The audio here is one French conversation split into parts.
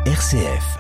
RCF.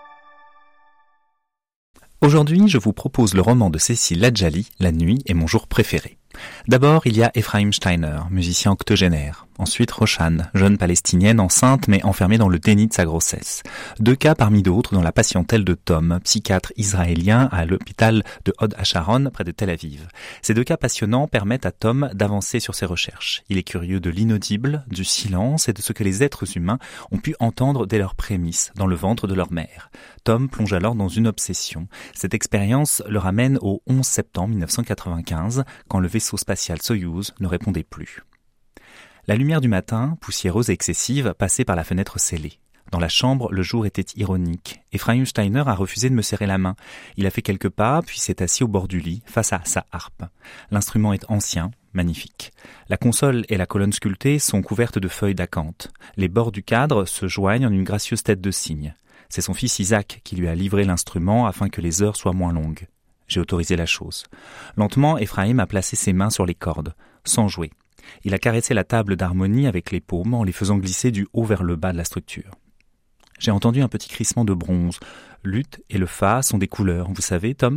Aujourd'hui, je vous propose le roman de Cécile Ladjali, La nuit est mon jour préféré. D'abord, il y a Ephraim Steiner, musicien octogénaire. Ensuite, Rochane, jeune palestinienne enceinte mais enfermée dans le déni de sa grossesse. Deux cas parmi d'autres dans la patientèle de Tom, psychiatre israélien à l'hôpital de Hod HaSharon près de Tel Aviv. Ces deux cas passionnants permettent à Tom d'avancer sur ses recherches. Il est curieux de l'inaudible, du silence et de ce que les êtres humains ont pu entendre dès leurs prémices dans le ventre de leur mère. Tom plonge alors dans une obsession. Cette expérience le ramène au 11 septembre 1995, quand le vaisseau spatial Soyouz ne répondait plus. La lumière du matin, poussiéreuse et excessive, passait par la fenêtre scellée. Dans la chambre, le jour était ironique. Ephraim Steiner a refusé de me serrer la main. Il a fait quelques pas, puis s'est assis au bord du lit, face à sa harpe. L'instrument est ancien, magnifique. La console et la colonne sculptée sont couvertes de feuilles d'acanthe. Les bords du cadre se joignent en une gracieuse tête de cygne. C'est son fils Isaac qui lui a livré l'instrument afin que les heures soient moins longues. J'ai autorisé la chose. Lentement, Ephraim a placé ses mains sur les cordes, sans jouer. Il a caressé la table d'harmonie avec les paumes en les faisant glisser du haut vers le bas de la structure. J'ai entendu un petit crissement de bronze. L'ut et le fa sont des couleurs, vous savez, Tom ?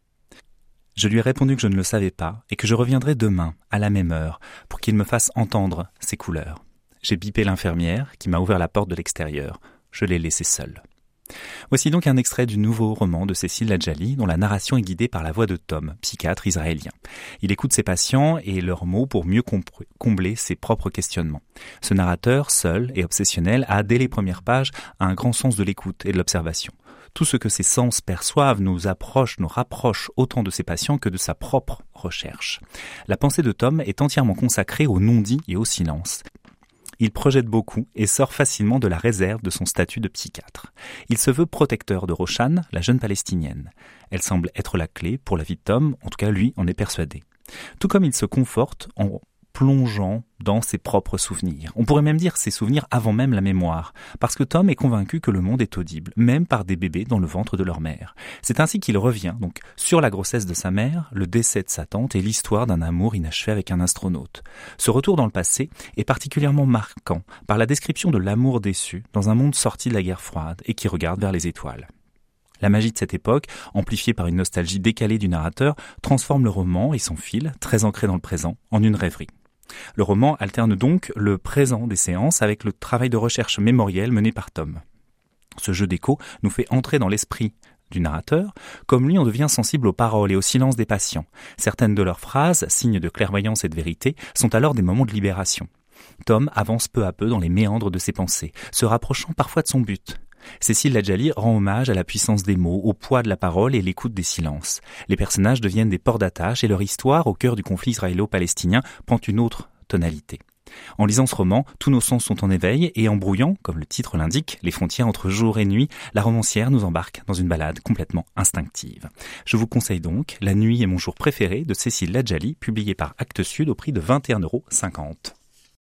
Je lui ai répondu que je ne le savais pas et que je reviendrais demain, à la même heure, pour qu'il me fasse entendre ces couleurs. J'ai bipé l'infirmière qui m'a ouvert la porte de l'extérieur. Je l'ai laissé seul. Voici donc un extrait du nouveau roman de Cécile Ladjali, dont la narration est guidée par la voix de Tom, psychiatre israélien. Il écoute ses patients et leurs mots pour mieux combler ses propres questionnements. Ce narrateur, seul et obsessionnel, a dès les premières pages un grand sens de l'écoute et de l'observation. Tout ce que ses sens perçoivent nous rapproche autant de ses patients que de sa propre recherche. La pensée de Tom est entièrement consacrée au non-dit et au silence. Il projette beaucoup et sort facilement de la réserve de son statut de psychiatre. Il se veut protecteur de Rochane, la jeune palestinienne. Elle semble être la clé pour la vie de Tom, en tout cas lui en est persuadé. Tout comme il se conforte en plongeant dans ses propres souvenirs. On pourrait même dire ses souvenirs avant même la mémoire, parce que Tom est convaincu que le monde est audible, même par des bébés dans le ventre de leur mère. C'est ainsi qu'il revient donc sur la grossesse de sa mère, le décès de sa tante et l'histoire d'un amour inachevé avec un astronaute. Ce retour dans le passé est particulièrement marquant par la description de l'amour déçu dans un monde sorti de la guerre froide et qui regarde vers les étoiles. La magie de cette époque, amplifiée par une nostalgie décalée du narrateur, transforme le roman et son fil, très ancré dans le présent, en une rêverie. Le roman alterne donc le présent des séances avec le travail de recherche mémorielle mené par Tom. Ce jeu d'écho nous fait entrer dans l'esprit du narrateur. Comme lui, on devient sensible aux paroles et au silence des patients. Certaines de leurs phrases, signes de clairvoyance et de vérité, sont alors des moments de libération. Tom avance peu à peu dans les méandres de ses pensées, se rapprochant parfois de son but. Cécile Ladjali rend hommage à la puissance des mots, au poids de la parole et l'écoute des silences. Les personnages deviennent des ports d'attache et leur histoire, au cœur du conflit israélo-palestinien, prend une autre tonalité. En lisant ce roman, tous nos sens sont en éveil et en brouillant, comme le titre l'indique, les frontières entre jour et nuit, la romancière nous embarque dans une balade complètement instinctive. Je vous conseille donc La nuit est mon jour préféré de Cécile Ladjali, publié par Actes Sud au prix de 21,50 €.